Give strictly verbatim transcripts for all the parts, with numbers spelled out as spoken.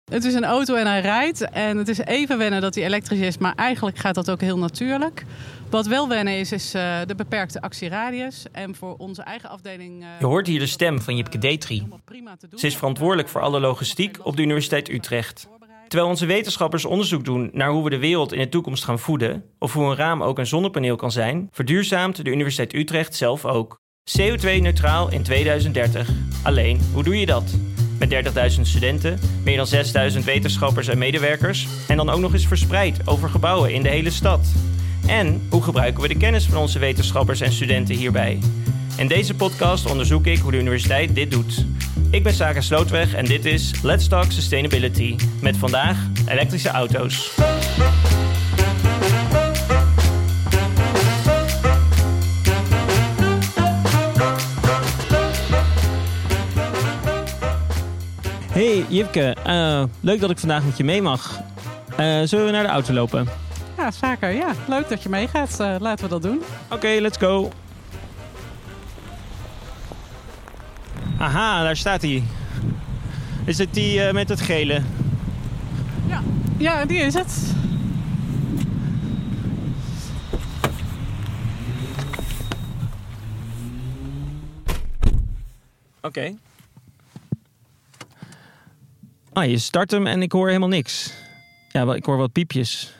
Het is een auto en hij rijdt. En het is even wennen dat hij elektrisch is, maar eigenlijk gaat dat ook heel natuurlijk. Wat wel wennen is, is uh, de beperkte actieradius. En voor onze eigen afdeling... Uh, Je hoort hier de stem van Jipke Detri. Ze is verantwoordelijk voor alle logistiek op de Universiteit Utrecht. Terwijl onze wetenschappers onderzoek doen naar hoe we de wereld in de toekomst gaan voeden, of hoe een raam ook een zonnepaneel kan zijn, verduurzaamt de Universiteit Utrecht zelf ook. C O twee neutraal in tweeduizend dertig. Alleen, hoe doe je dat? Met dertigduizend studenten, meer dan zesduizend wetenschappers en medewerkers en dan ook nog eens verspreid over gebouwen in de hele stad. En hoe gebruiken we de kennis van onze wetenschappers en studenten hierbij? In deze podcast onderzoek ik hoe de universiteit dit doet. Ik ben Saka Slootweg en dit is Let's Talk Sustainability. Met vandaag elektrische auto's. Hey Jipke, uh, leuk dat ik vandaag met je mee mag. Uh, zullen we naar de auto lopen? Ja, Saka, ja. Leuk dat je meegaat. Uh, laten we dat doen. Oké, okay, let's go. Aha, daar staat hij. Is het die uh, met het gele? Ja, ja, die is het. Oké. Okay. Ah, je start hem en ik hoor helemaal niks. Ja, ik hoor wat piepjes.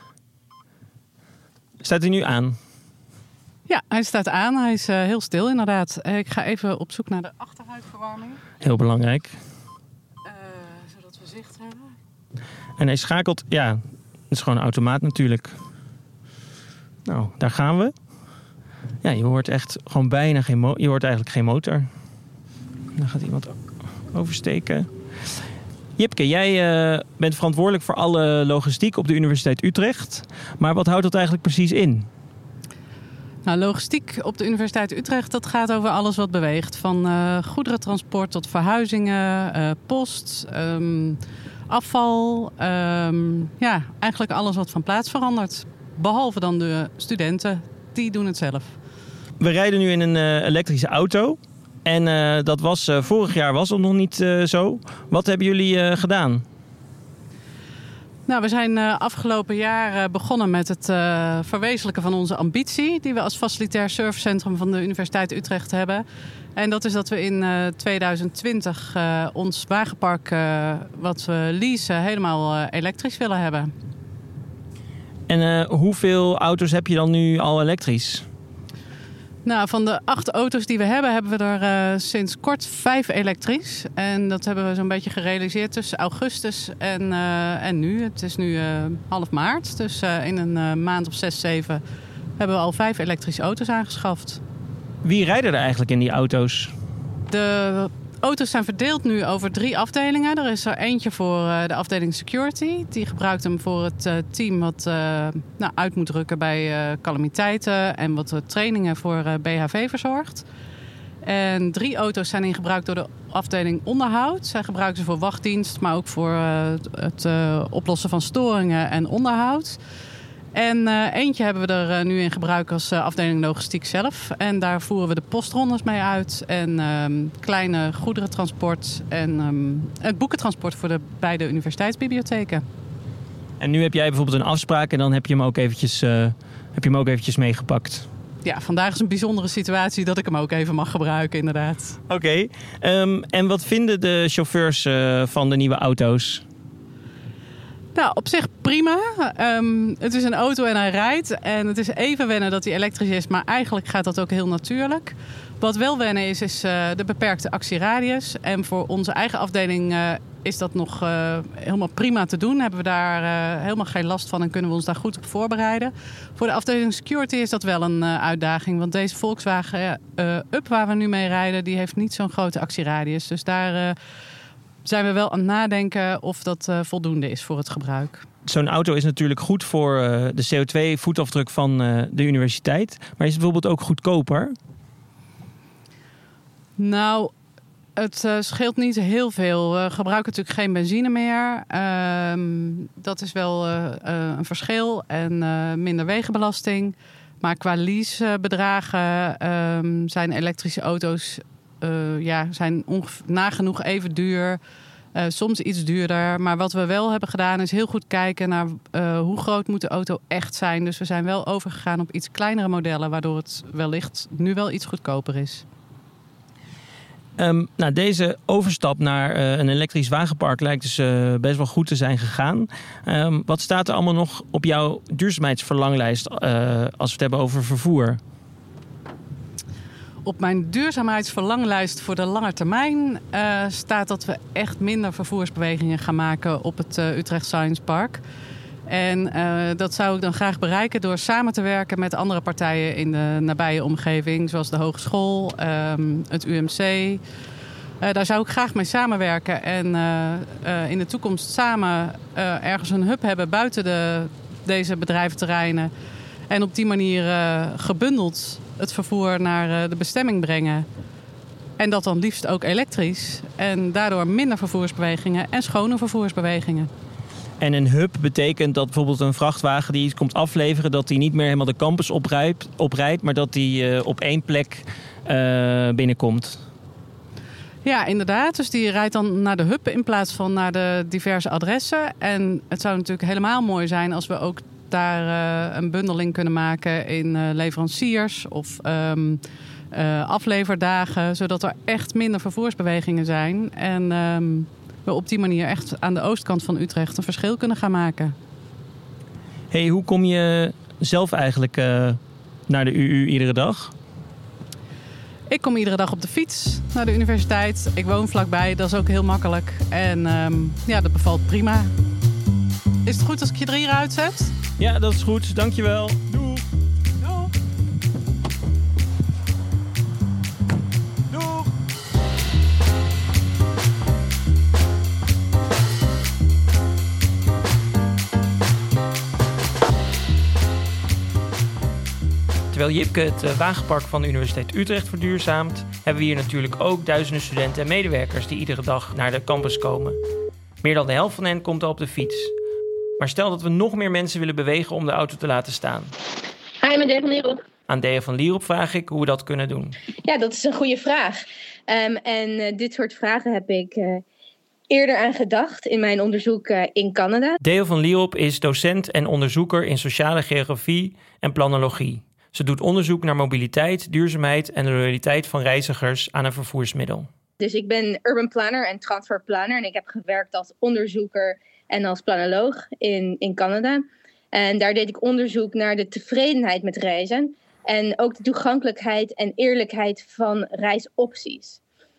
Staat hij nu aan? Ja, hij staat aan. Hij is uh, heel stil inderdaad. Ik ga even op zoek naar de achterruitverwarming. Heel belangrijk. Uh, zodat we zicht hebben. En hij schakelt... Ja, het is gewoon een automaat natuurlijk. Nou, daar gaan we. Ja, je hoort echt gewoon bijna geen... Mo- je hoort eigenlijk geen motor. Dan gaat iemand oversteken. Jipke, jij uh, bent verantwoordelijk voor alle logistiek op de Universiteit Utrecht. Maar wat houdt dat eigenlijk precies in? Nou, logistiek op de Universiteit Utrecht, dat gaat over alles wat beweegt. Van uh, goederentransport tot verhuizingen, uh, post, um, afval. Um, ja, eigenlijk alles wat van plaats verandert. Behalve dan de studenten, die doen het zelf. We rijden nu in een uh, elektrische auto. En uh, dat was, uh, vorig jaar was het nog niet uh, zo. Wat hebben jullie uh, gedaan? Nou, we zijn uh, afgelopen jaar uh, begonnen met het uh, verwezenlijken van onze ambitie, die we als facilitair servicecentrum van de Universiteit Utrecht hebben. En dat is dat we in uh, tweeduizend twintig uh, ons wagenpark, uh, wat we leasen, helemaal uh, elektrisch willen hebben. En uh, hoeveel auto's heb je dan nu al elektrisch? Nou, van de acht auto's die we hebben, hebben we er uh, sinds kort vijf elektrisch. En dat hebben we zo'n beetje gerealiseerd tussen augustus en, uh, en nu. Het is nu uh, half maart, dus uh, in een uh, maand of zes, zeven hebben we al vijf elektrische auto's aangeschaft. Wie rijden er eigenlijk in die auto's? De auto's zijn verdeeld nu over drie afdelingen. Er is er eentje voor uh, de afdeling security. Die gebruikt hem voor het uh, team wat uh, nou, uit moet rukken bij uh, calamiteiten en wat uh, trainingen voor uh, B H V verzorgt. En drie auto's zijn in gebruik door de afdeling onderhoud. Zij gebruiken ze voor wachtdienst, maar ook voor uh, het uh, oplossen van storingen en onderhoud. En uh, eentje hebben we er uh, nu in gebruik als uh, afdeling logistiek zelf. En daar voeren we de postrondes mee uit. En um, kleine goederentransport en um, het boekentransport voor de beide universiteitsbibliotheken. En nu heb jij bijvoorbeeld een afspraak en dan heb je hem ook eventjes, uh, heb je hem ook eventjes meegepakt. Ja, vandaag is een bijzondere situatie dat ik hem ook even mag gebruiken, inderdaad. Oké. Okay. Um, en wat vinden de chauffeurs uh, van de nieuwe auto's? Nou, op zich prima. Um, het is een auto en hij rijdt. En het is even wennen dat hij elektrisch is, maar eigenlijk gaat dat ook heel natuurlijk. Wat wel wennen is, is uh, de beperkte actieradius. En voor onze eigen afdeling uh, is dat nog uh, helemaal prima te doen. Hebben we daar uh, helemaal geen last van en kunnen we ons daar goed op voorbereiden. Voor de afdeling security is dat wel een uh, uitdaging. Want deze Volkswagen uh, Up waar we nu mee rijden, die heeft niet zo'n grote actieradius. Dus daar... Uh, zijn we wel aan het nadenken of dat uh, voldoende is voor het gebruik. Zo'n auto is natuurlijk goed voor uh, de C O twee voetafdruk van uh, de universiteit. Maar is het bijvoorbeeld ook goedkoper? Nou, het uh, scheelt niet heel veel. We gebruiken natuurlijk geen benzine meer. Uh, dat is wel uh, uh, een verschil. En uh, minder wegenbelasting. Maar qua leasebedragen uh, zijn elektrische auto's... Uh, ja, zijn ongeveer nagenoeg even duur Uh, soms iets duurder. Maar wat we wel hebben gedaan is heel goed kijken naar uh, hoe groot moet de auto echt zijn. Dus we zijn wel overgegaan op iets kleinere modellen, waardoor het wellicht nu wel iets goedkoper is. Um, nou, deze overstap naar uh, een elektrisch wagenpark lijkt dus uh, best wel goed te zijn gegaan. Um, wat staat er allemaal nog op jouw duurzaamheidsverlanglijst uh, als we het hebben over vervoer? Op mijn duurzaamheidsverlanglijst voor de lange termijn uh, staat dat we echt minder vervoersbewegingen gaan maken op het uh, Utrecht Science Park. En uh, dat zou ik dan graag bereiken door samen te werken met andere partijen in de nabije omgeving, zoals de hogeschool, um, het U M C. Uh, daar zou ik graag mee samenwerken en uh, uh, in de toekomst samen uh, ergens een hub hebben buiten de, deze bedrijventerreinen. En op die manier uh, gebundeld het vervoer naar uh, de bestemming brengen. En dat dan liefst ook elektrisch. En daardoor minder vervoersbewegingen en schone vervoersbewegingen. En een hub betekent dat bijvoorbeeld een vrachtwagen die iets komt afleveren, dat die niet meer helemaal de campus oprijdt, oprijdt maar dat die uh, op één plek uh, binnenkomt. Ja, inderdaad. Dus die rijdt dan naar de hub in plaats van naar de diverse adressen. En het zou natuurlijk helemaal mooi zijn als we ook daar uh, een bundeling kunnen maken in uh, leveranciers of um, uh, afleverdagen, zodat er echt minder vervoersbewegingen zijn. En um, we op die manier echt aan de oostkant van Utrecht een verschil kunnen gaan maken. Hey, hoe kom je zelf eigenlijk uh, naar de U U iedere dag? Ik kom iedere dag op de fiets naar de universiteit. Ik woon vlakbij, dat is ook heel makkelijk. En um, ja, dat bevalt prima. Is het goed als ik je er hier uitzet? Ja, dat is goed. Dankjewel. Doei. Doei. Doei. Terwijl Jipke het wagenpark van de Universiteit Utrecht verduurzaamt, hebben we hier natuurlijk ook duizenden studenten en medewerkers die iedere dag naar de campus komen. Meer dan de helft van hen komt al op de fiets. Maar stel dat we nog meer mensen willen bewegen om de auto te laten staan. Hi, ik ben Dea van Lierop. Aan Dea van Lierop vraag ik hoe we dat kunnen doen. Ja, dat is een goede vraag. Um, en uh, dit soort vragen heb ik uh, eerder aan gedacht in mijn onderzoek uh, in Canada. Dea van Lierop is docent en onderzoeker in sociale geografie en planologie. Ze doet onderzoek naar mobiliteit, duurzaamheid en de loyaliteit van reizigers aan een vervoersmiddel. Dus ik ben urban planner en transfer planner en ik heb gewerkt als onderzoeker en als planoloog in, in Canada. En daar deed ik onderzoek naar de tevredenheid met reizen en ook de toegankelijkheid en eerlijkheid van reisopties.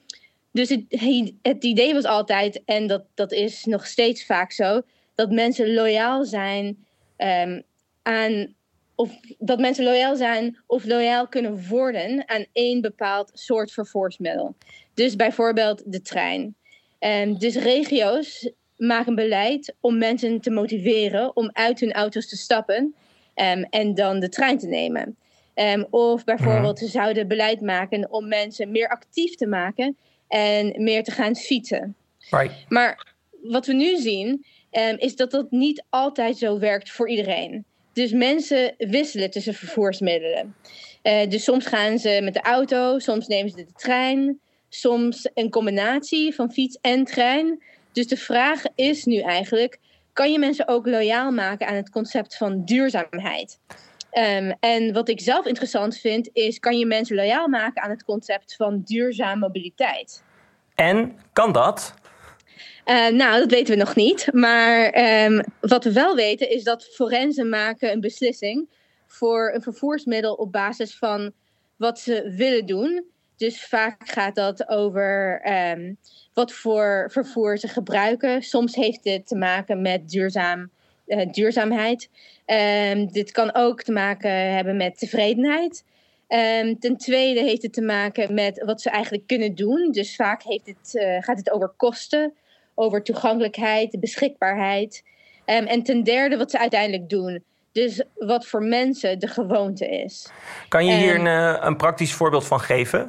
Dus het, het idee was altijd, en dat, dat is nog steeds vaak zo, dat mensen loyaal zijn um, aan, of dat mensen loyaal zijn of loyaal kunnen worden aan één bepaald soort vervoersmiddel. Dus bijvoorbeeld de trein. Um, dus regio's maken beleid om mensen te motiveren om uit hun auto's te stappen um, en dan de trein te nemen. Um, of bijvoorbeeld ze zouden beleid maken om mensen meer actief te maken en meer te gaan fietsen. Right. Maar wat we nu zien um, is dat dat niet altijd zo werkt voor iedereen. Dus mensen wisselen tussen vervoersmiddelen. Uh, dus soms gaan ze met de auto, soms nemen ze de trein, soms een combinatie van fiets en trein. Dus de vraag is nu eigenlijk, kan je mensen ook loyaal maken aan het concept van duurzaamheid? Um, en wat ik zelf interessant vind is, kan je mensen loyaal maken aan het concept van duurzame mobiliteit? En kan dat? Uh, nou, dat weten we nog niet. Maar um, wat we wel weten is dat forensen maken een beslissing voor een vervoersmiddel op basis van wat ze willen doen. Dus vaak gaat dat over um, wat voor vervoer ze gebruiken. Soms heeft dit te maken met duurzaam, uh, duurzaamheid. Um, dit kan ook te maken hebben met tevredenheid. Um, ten tweede heeft het te maken met wat ze eigenlijk kunnen doen. Dus vaak heeft het, uh, gaat het over kosten, over toegankelijkheid, beschikbaarheid. Um, en ten derde wat ze uiteindelijk doen. Dus wat voor mensen de gewoonte is. Kan je hier um, een, een praktisch voorbeeld van geven?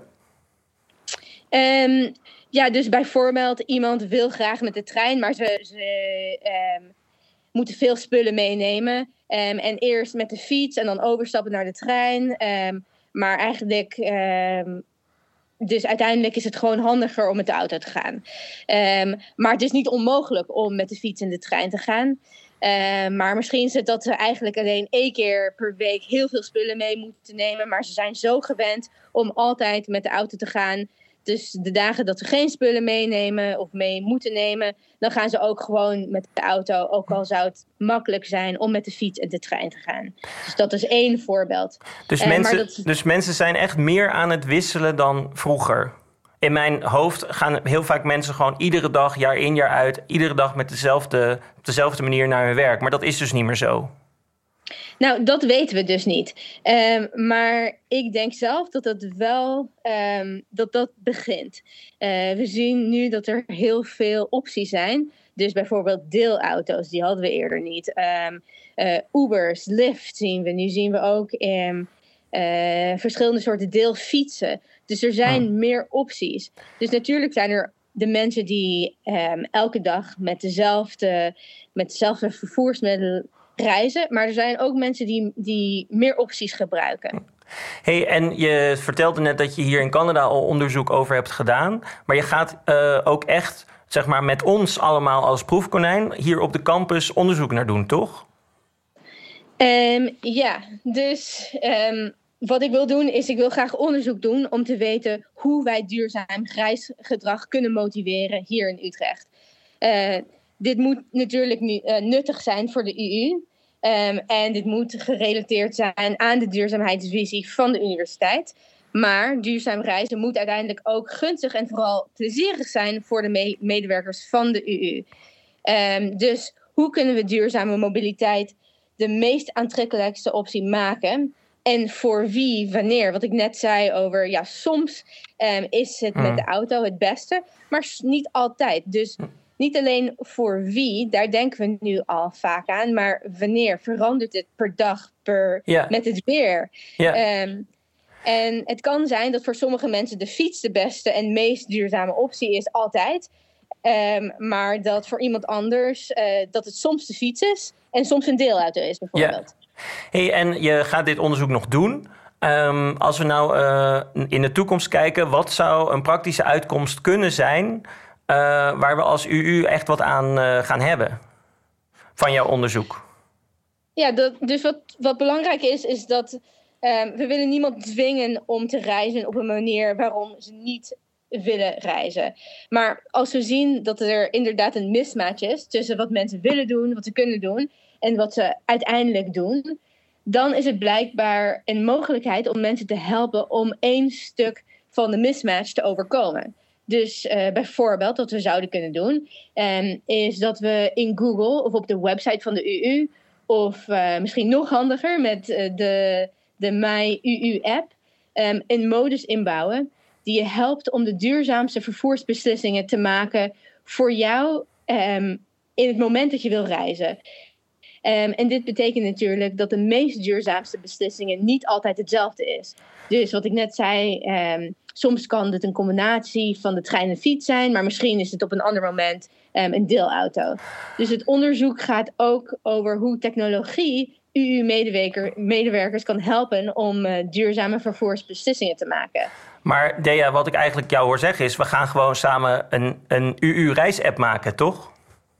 Um, ja, dus bijvoorbeeld iemand wil graag met de trein, maar ze, ze um, moeten veel spullen meenemen. Um, en eerst met de fiets en dan overstappen naar de trein. Um, maar eigenlijk um, dus uiteindelijk is het gewoon handiger om met de auto te gaan. Um, maar het is niet onmogelijk om met de fiets en de trein te gaan. Uh, maar misschien is het dat ze eigenlijk alleen één keer per week heel veel spullen mee moeten nemen. Maar ze zijn zo gewend om altijd met de auto te gaan. Dus de dagen dat ze geen spullen meenemen of mee moeten nemen, dan gaan ze ook gewoon met de auto. Ook al zou het makkelijk zijn om met de fiets en de trein te gaan. Dus dat is één voorbeeld. Dus, uh, mensen, dat... dus mensen zijn echt meer aan het wisselen dan vroeger. In mijn hoofd gaan heel vaak mensen gewoon iedere dag, jaar in jaar uit, iedere dag met dezelfde, op dezelfde manier naar hun werk. Maar dat is dus niet meer zo. Nou, dat weten we dus niet. Um, maar ik denk zelf dat dat wel um, dat dat begint. Uh, we zien nu dat er heel veel opties zijn. Dus bijvoorbeeld deelauto's, die hadden we eerder niet. Um, uh, Ubers, Lyft zien we. Nu zien we ook um, uh, verschillende soorten deelfietsen. Dus er zijn hmm. meer opties. Dus natuurlijk zijn er de mensen die um, elke dag met dezelfde, met dezelfde vervoersmiddelen reizen. Maar er zijn ook mensen die, die meer opties gebruiken. Hey, en je vertelde net dat je hier in Canada al onderzoek over hebt gedaan. Maar je gaat uh, ook echt, zeg maar, met ons allemaal als proefkonijn hier op de campus onderzoek naar doen, toch? Um, ja, dus um, wat ik wil doen is, ik wil graag onderzoek doen om te weten hoe wij duurzaam reisgedrag kunnen motiveren hier in Utrecht. Uh, dit moet natuurlijk nu, uh, nuttig zijn voor de U U. Um, en dit moet gerelateerd zijn aan de duurzaamheidsvisie van de universiteit. Maar duurzaam reizen moet uiteindelijk ook gunstig en vooral plezierig zijn voor de me- medewerkers van de U U. Um, dus hoe kunnen we duurzame mobiliteit de meest aantrekkelijkste optie maken? En voor wie, wanneer? Wat ik net zei over, ja, soms um, is het met de auto het beste, maar niet altijd. Dus niet alleen voor wie, daar denken we nu al vaak aan, maar wanneer verandert het per dag, per, ja. met het weer? Ja. Um, en het kan zijn dat voor sommige mensen de fiets de beste en meest duurzame optie is, altijd. Um, maar dat voor iemand anders, uh, dat het soms de fiets is en soms een deelauto is, bijvoorbeeld. Ja. Hey, en je gaat dit onderzoek nog doen. Um, als we nou uh, in de toekomst kijken, wat zou een praktische uitkomst kunnen zijn Uh, waar we als U U echt wat aan uh, gaan hebben van jouw onderzoek? Ja, dat, dus wat, wat belangrijk is, is dat um, we willen niemand dwingen om te reizen op een manier waarom ze niet willen reizen. Maar als we zien dat er inderdaad een mismatch is tussen wat mensen willen doen, wat ze kunnen doen en wat ze uiteindelijk doen, dan is het blijkbaar een mogelijkheid om mensen te helpen om één stuk van de mismatch te overkomen. Dus uh, bijvoorbeeld wat we zouden kunnen doen, um, is dat we in Google of op de website van de U U, of uh, misschien nog handiger met uh, de, de My U U-app, um, een modus inbouwen die je helpt om de duurzaamste vervoersbeslissingen te maken voor jou um, in het moment dat je wil reizen. Um, en dit betekent natuurlijk dat de meest duurzaamste beslissingen niet altijd hetzelfde is. Dus wat ik net zei, um, soms kan het een combinatie van de trein en fiets zijn, maar misschien is het op een ander moment um, een deelauto. Dus het onderzoek gaat ook over hoe technologie U U-medewerkers kan helpen om uh, duurzame vervoersbeslissingen te maken. Maar Dea, wat ik eigenlijk jou hoor zeggen is, we gaan gewoon samen een, een U U-reisapp maken, toch?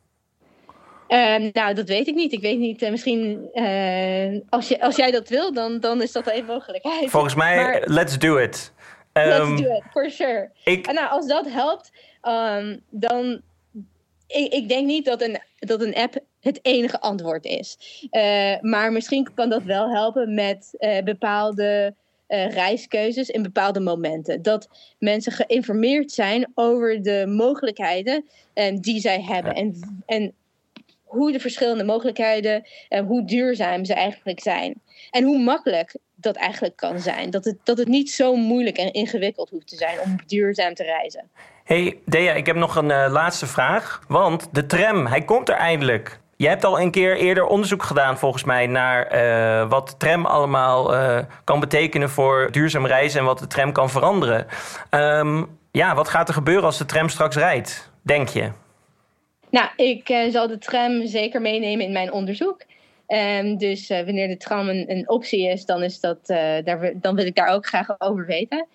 Uh, nou, dat weet ik niet. Ik weet niet, uh, misschien uh, als, je, als jij dat wil, dan, dan is dat een mogelijkheid. Volgens mij, maar, let's do it. Um, let's do it, for sure. Ik... En nou, als dat helpt, um, dan... Ik, ik denk niet dat een, dat een app het enige antwoord is. Uh, maar misschien kan dat wel helpen met uh, bepaalde uh, reiskeuzes in bepaalde momenten. Dat mensen geïnformeerd zijn over de mogelijkheden uh, die zij hebben. Ja. En, en hoe de verschillende mogelijkheden en hoe duurzaam ze eigenlijk zijn. En hoe makkelijk dat eigenlijk kan zijn. Dat het, dat het niet zo moeilijk en ingewikkeld hoeft te zijn om duurzaam te reizen. Hey Dea, ik heb nog een uh, laatste vraag. Want de tram, hij komt er eindelijk. Je hebt al een keer eerder onderzoek gedaan volgens mij naar uh, wat de tram allemaal uh, kan betekenen voor duurzaam reizen en wat de tram kan veranderen. Um, ja, wat gaat er gebeuren als de tram straks rijdt, denk je? Nou, ik uh, zal de tram zeker meenemen in mijn onderzoek. Um, dus uh, wanneer de tram een, een optie is, dan, is dat, uh, daar, dan wil ik daar ook graag over weten.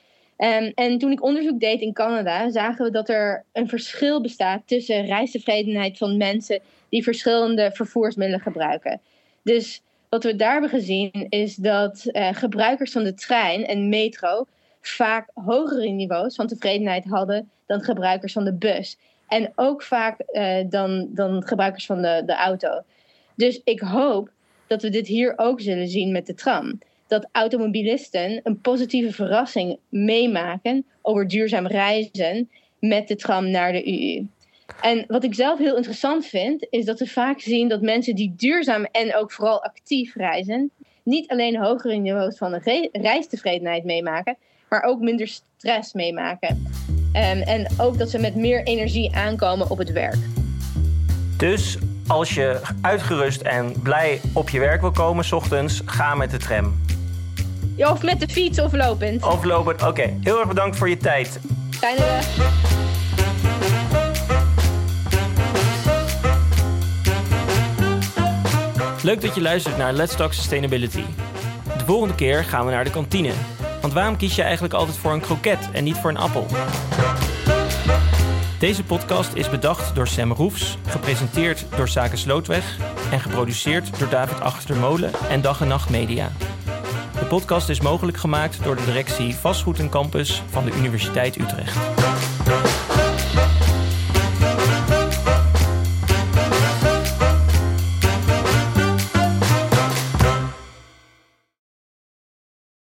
Um, en toen ik onderzoek deed in Canada, zagen we dat er een verschil bestaat tussen reistevredenheid van mensen die verschillende vervoersmiddelen gebruiken. Dus wat we daar hebben gezien is dat uh, gebruikers van de trein en metro vaak hogere niveaus van tevredenheid hadden dan gebruikers van de bus. En ook vaak uh, dan, dan gebruikers van de, de auto. Dus ik hoop dat we dit hier ook zullen zien met de tram. Dat automobilisten een positieve verrassing meemaken over duurzaam reizen met de tram naar de U U. En wat ik zelf heel interessant vind, is dat we vaak zien dat mensen die duurzaam en ook vooral actief reizen, niet alleen hogere niveaus van re- reistevredenheid meemaken, maar ook minder stress meemaken. Um, en ook dat ze met meer energie aankomen op het werk. Dus als je uitgerust en blij op je werk wil komen 's ochtends, ga met de tram. Ja, of met de fiets of lopend. Of lopend, oké. Okay. Heel erg bedankt voor je tijd. Fijne dag. Leuk dat je luistert naar Let's Talk Sustainability. De volgende keer gaan we naar de kantine. Want waarom kies je eigenlijk altijd voor een kroket en niet voor een appel? Deze podcast is bedacht door Sam Roefs, gepresenteerd door Sake Slootweg en geproduceerd door David Achtermolen en Dag en Nacht Media. De podcast is mogelijk gemaakt door de directie Vastgoed en Campus van de Universiteit Utrecht.